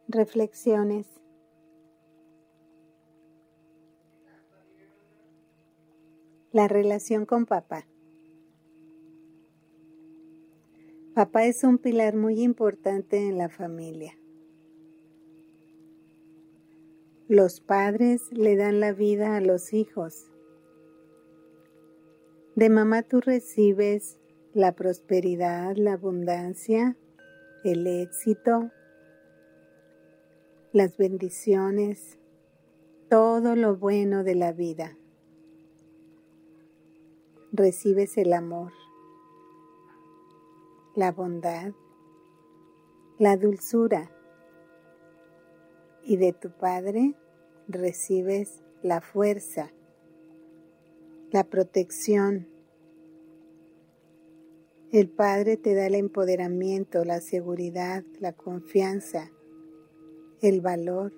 Reflexiones. La relación con papá. Papá es un pilar muy importante en la familia. Los padres le dan la vida a los hijos. De mamá tú recibes la prosperidad, la abundancia, el éxito, las bendiciones, todo lo bueno de la vida. Recibes el amor, la bondad, la dulzura, y de tu padre recibes la fuerza, la protección. El padre te da el empoderamiento, la seguridad, la confianza, el valor.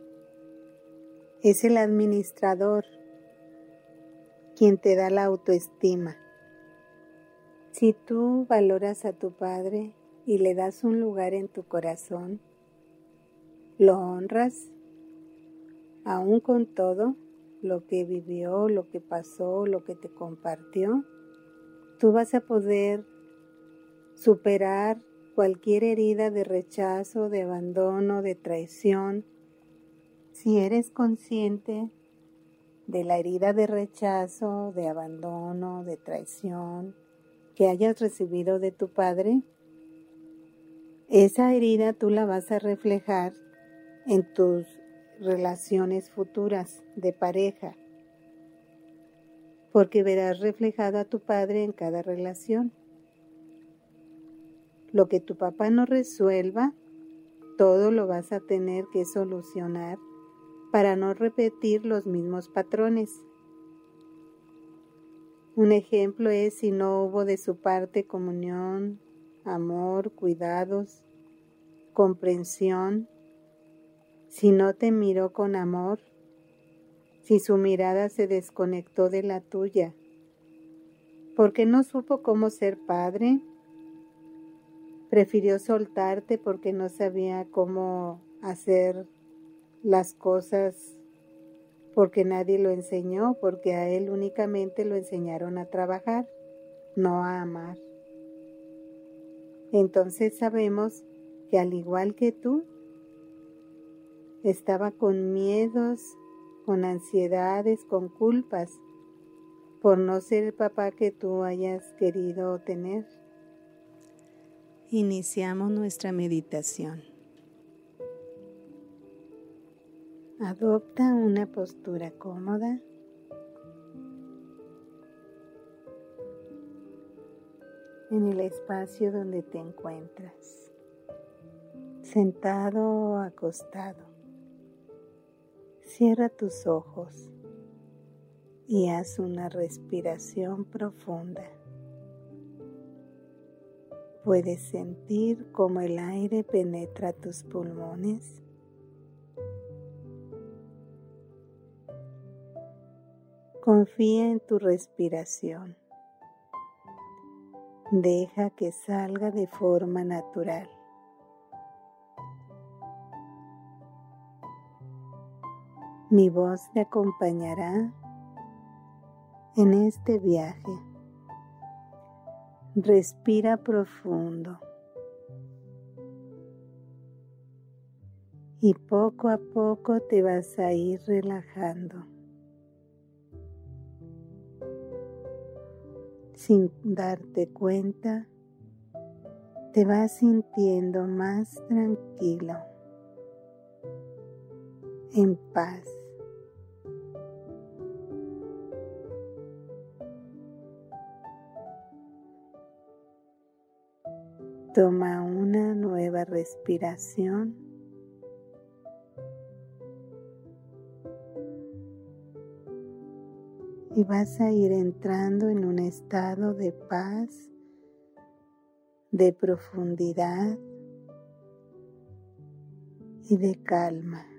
Es el administrador quien te da la autoestima. Si tú valoras a tu padre y le das un lugar en tu corazón, lo honras, aún con todo lo que vivió, lo que pasó, lo que te compartió, tú vas a poder superar cualquier herida de rechazo, de abandono, de traición. Si eres consciente de la herida de rechazo, de abandono, de traición que hayas recibido de tu padre, esa herida tú la vas a reflejar en tus relaciones futuras de pareja, porque verás reflejado a tu padre en cada relación. Lo que tu papá no resuelva, todo lo vas a tener que solucionar para no repetir los mismos patrones. Un ejemplo es si no hubo de su parte comunión, amor, cuidados, comprensión, si no te miró con amor, si su mirada se desconectó de la tuya, porque no supo cómo ser padre, prefirió soltarte porque no sabía cómo hacer las cosas, porque nadie lo enseñó, porque a él únicamente lo enseñaron a trabajar, no a amar. Entonces sabemos que al igual que tú, estaba con miedos, con ansiedades, con culpas, por no ser el papá que tú hayas querido tener. Iniciamos nuestra meditación. Adopta una postura cómoda. En el espacio donde te encuentras, sentado o acostado. Cierra tus ojos y haz una respiración profunda. Puedes sentir cómo el aire penetra tus pulmones. Confía en tu respiración. Deja que salga de forma natural. Mi voz te acompañará en este viaje. Respira profundo y poco a poco te vas a ir relajando. Sin darte cuenta, te vas sintiendo más tranquilo, en paz. Toma una nueva respiración. Y vas a ir entrando en un estado de paz, de profundidad y de calma.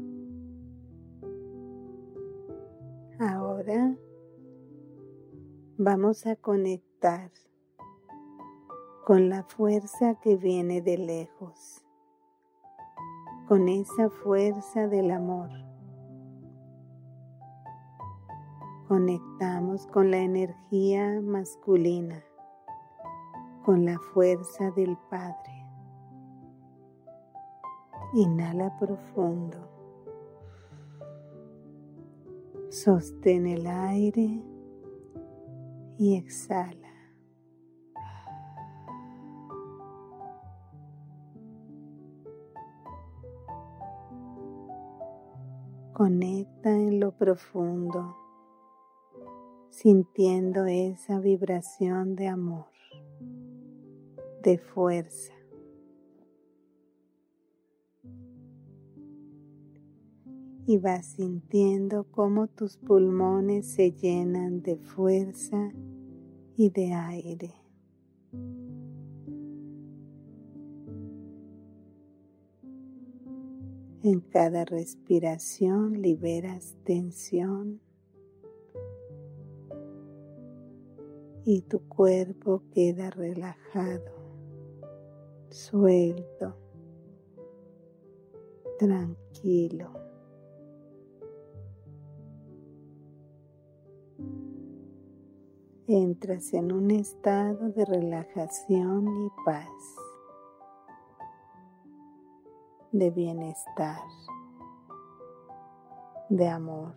Ahora Vamos a conectar con la fuerza que viene de lejos, con esa fuerza del amor. Conectamos con la energía masculina, con la fuerza del Padre. Inhala profundo. Sostén el aire y exhala. Conecta en lo profundo, sintiendo esa vibración de amor, de fuerza. Y vas sintiendo cómo tus pulmones se llenan de fuerza y de aire. En cada respiración liberas tensión y tu cuerpo queda relajado, suelto, tranquilo. Entras en un estado de relajación y paz, de bienestar, de amor.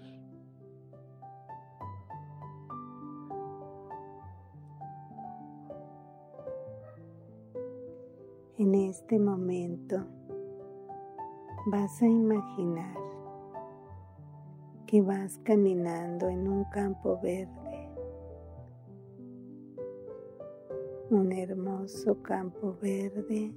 En este momento vas a imaginar que vas caminando en un campo verde, un hermoso campo verde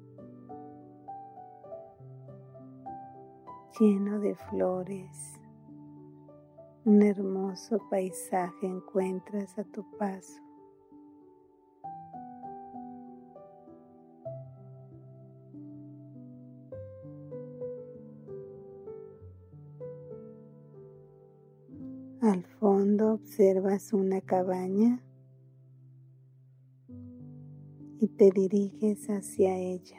lleno de flores. Un hermoso paisaje encuentras a tu paso. Al fondo observas una cabaña y te diriges hacia ella.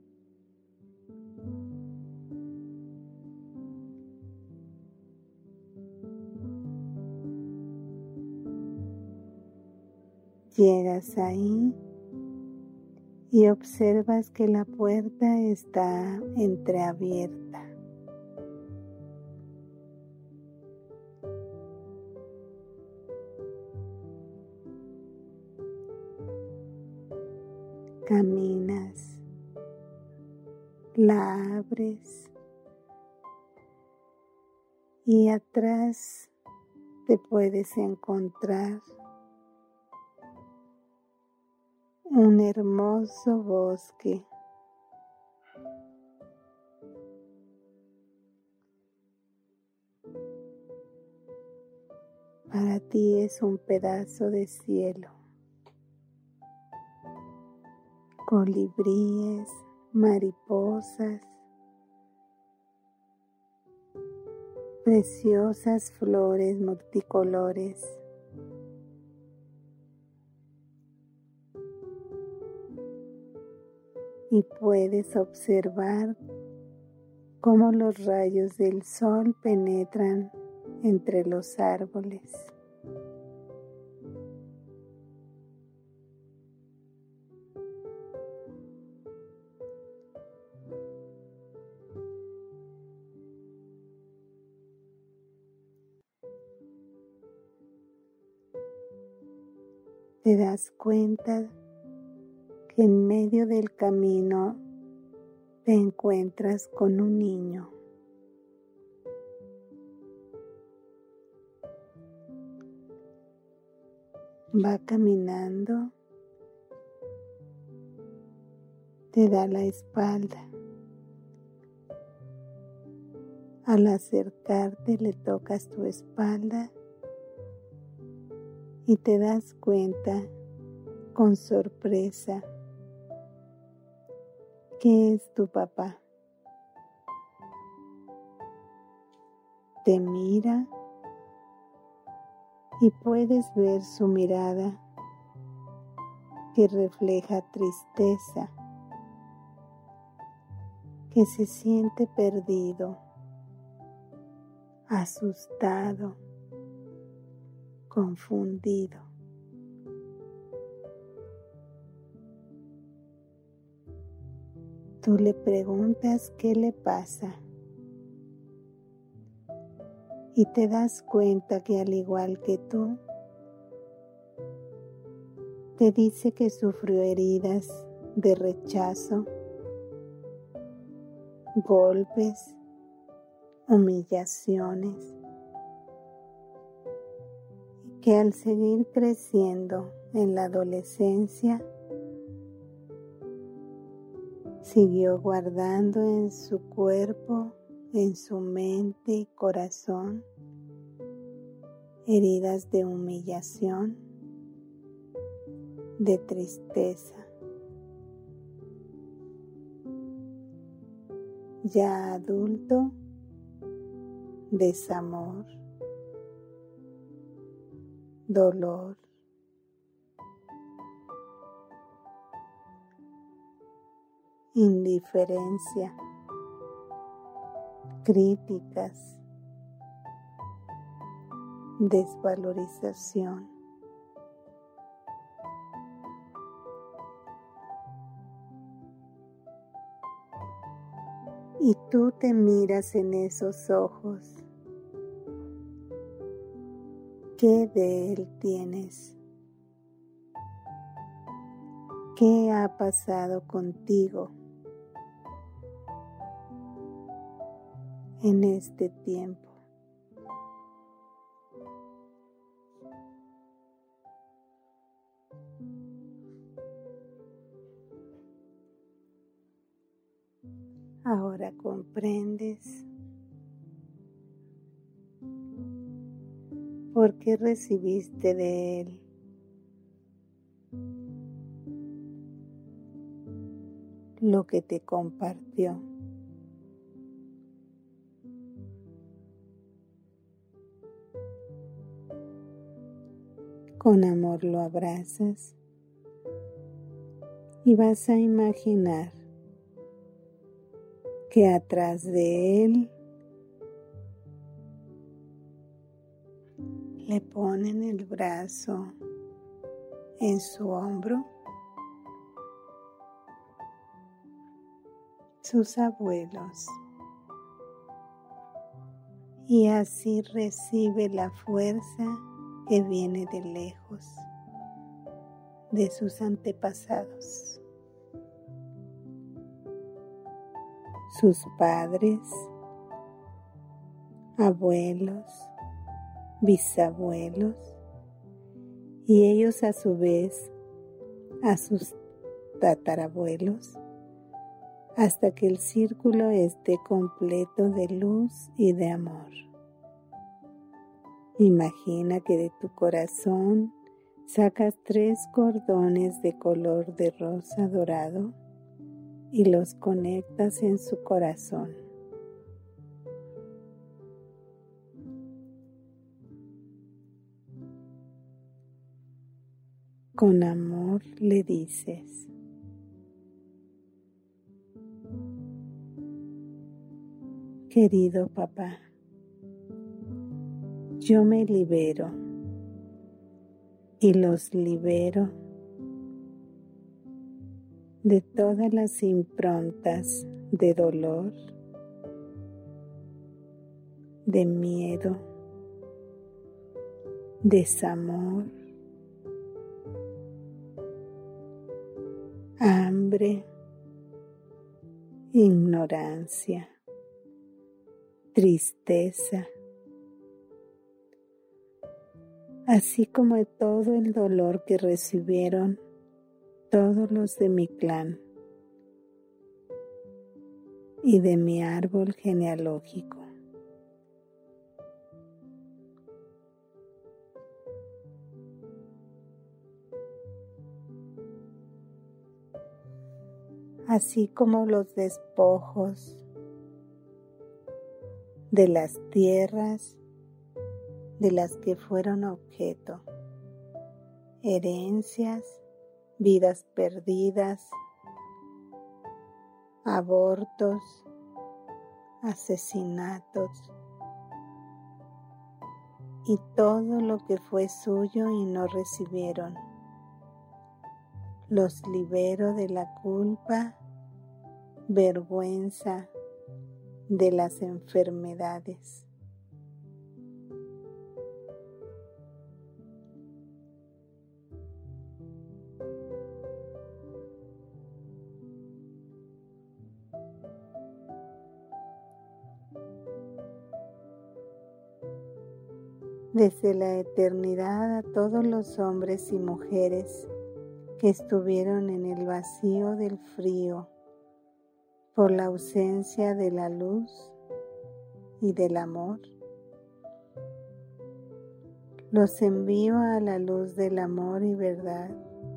Llegas ahí y observas que la puerta está entreabierta. Caminas, la abres y atrás te puedes encontrar un hermoso bosque. Para ti es un pedazo de cielo. Colibríes, mariposas, preciosas flores multicolores. Y puedes observar cómo los rayos del sol penetran entre los árboles. Te das cuenta que en medio del camino te encuentras con un niño. Va caminando, te da la espalda. Al acercarte le tocas tu espalda y te das cuenta con sorpresa que es tu papá. Te mira y puedes ver su mirada que refleja tristeza, que se siente perdido, asustado, confundido. Tú le preguntas qué le pasa y te das cuenta que al igual que tú, te dice que sufrió heridas de rechazo, golpes, humillaciones, y que al seguir creciendo en la adolescencia, siguió guardando en su cuerpo, en su mente y corazón, heridas de humillación, de tristeza. Ya adulto, desamor, dolor, indiferencia, críticas, desvalorización. Y tú te miras en esos ojos. ¿Qué de él tienes? ¿Qué ha pasado contigo en este tiempo? Ahora comprendes por qué recibiste de él lo que te compartió. Con amor lo abrazas y vas a imaginar que atrás de él le ponen el brazo en su hombro sus abuelos, y así recibe la fuerza que viene de lejos, de sus antepasados, sus padres, abuelos, bisabuelos, y ellos a su vez a sus tatarabuelos, hasta que el círculo esté completo de luz y de amor. Imagina que de tu corazón sacas 3 cordones de color de rosa dorado y los conectas en su corazón. Con amor le dices: querido papá, yo me libero y los libero de todas las improntas de dolor, de miedo, desamor, hambre, ignorancia, tristeza, así como de todo el dolor que recibieron todos los de mi clan y de mi árbol genealógico. Así como los despojos de las tierras de las que fueron objeto, herencias, vidas perdidas, abortos, asesinatos y todo lo que fue suyo y no recibieron. Los libero de la culpa, vergüenza, de las enfermedades. Desde la eternidad a todos los hombres y mujeres que estuvieron en el vacío del frío por la ausencia de la luz y del amor, los envío a la luz del amor y verdad.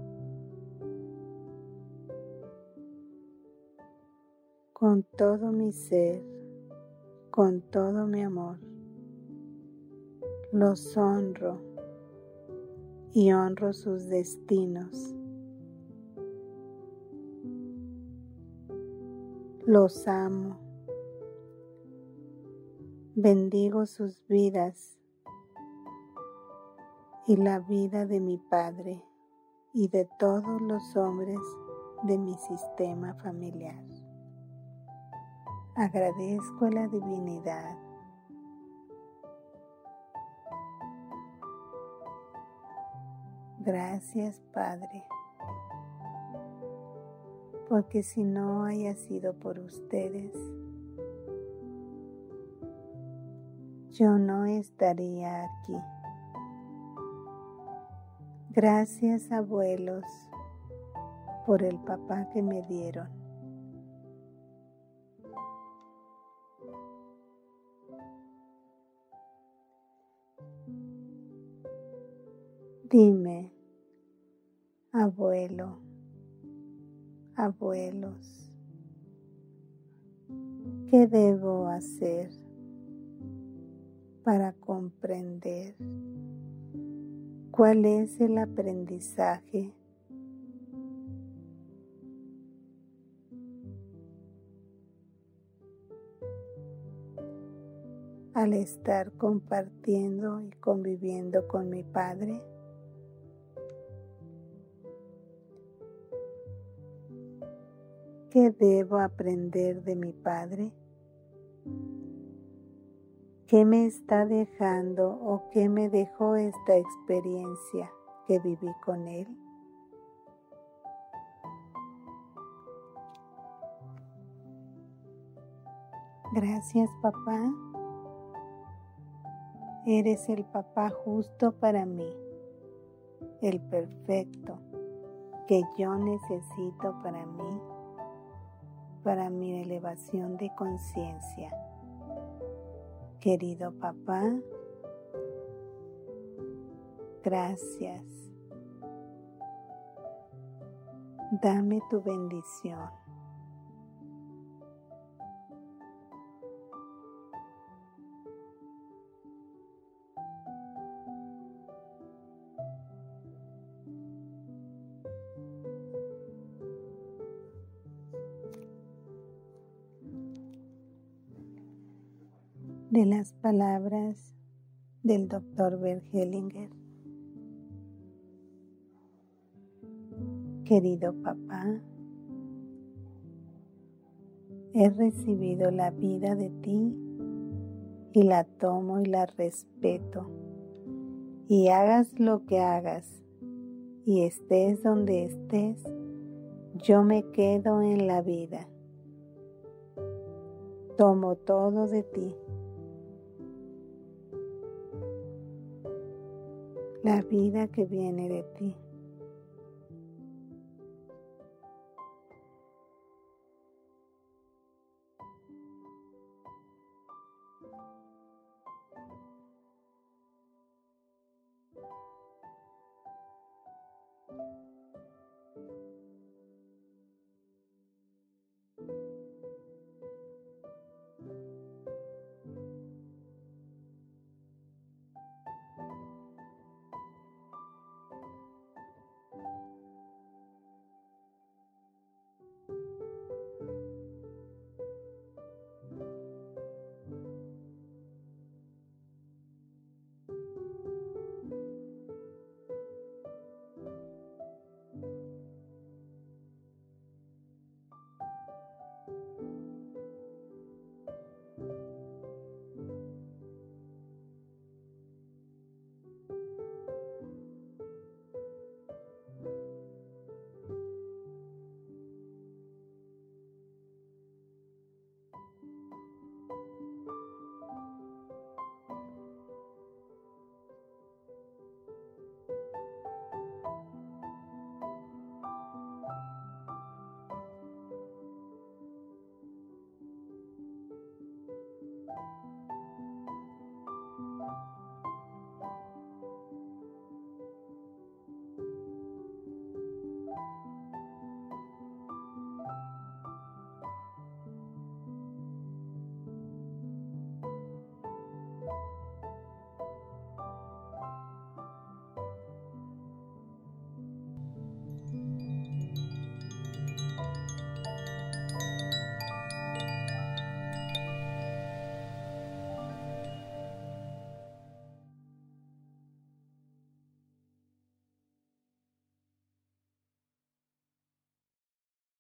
Con todo mi ser, con todo mi amor, los honro y honro sus destinos. Los amo, bendigo sus vidas y la vida de mi padre y de todos los hombres de mi sistema familiar. Agradezco a la divinidad. Gracias, Padre, porque si no haya sido por ustedes, yo no estaría aquí. Gracias, abuelos, por el papá que me dieron. Dime, abuelo, abuelos, ¿qué debo hacer para comprender cuál es el aprendizaje al estar compartiendo y conviviendo con mi padre? ¿Qué debo aprender de mi padre? ¿Qué me está dejando o qué me dejó esta experiencia que viví con él? Gracias, papá. Eres el papá justo para mí, el perfecto que yo necesito para mi elevación de conciencia. Querido papá, gracias. Dame tu bendición. De las palabras del Dr. Bert Hellinger. Querido papá, he recibido la vida de ti y la tomo y la respeto. Y hagas lo que hagas y estés donde estés, yo me quedo en la vida. Tomo todo de ti. La vida que viene de ti.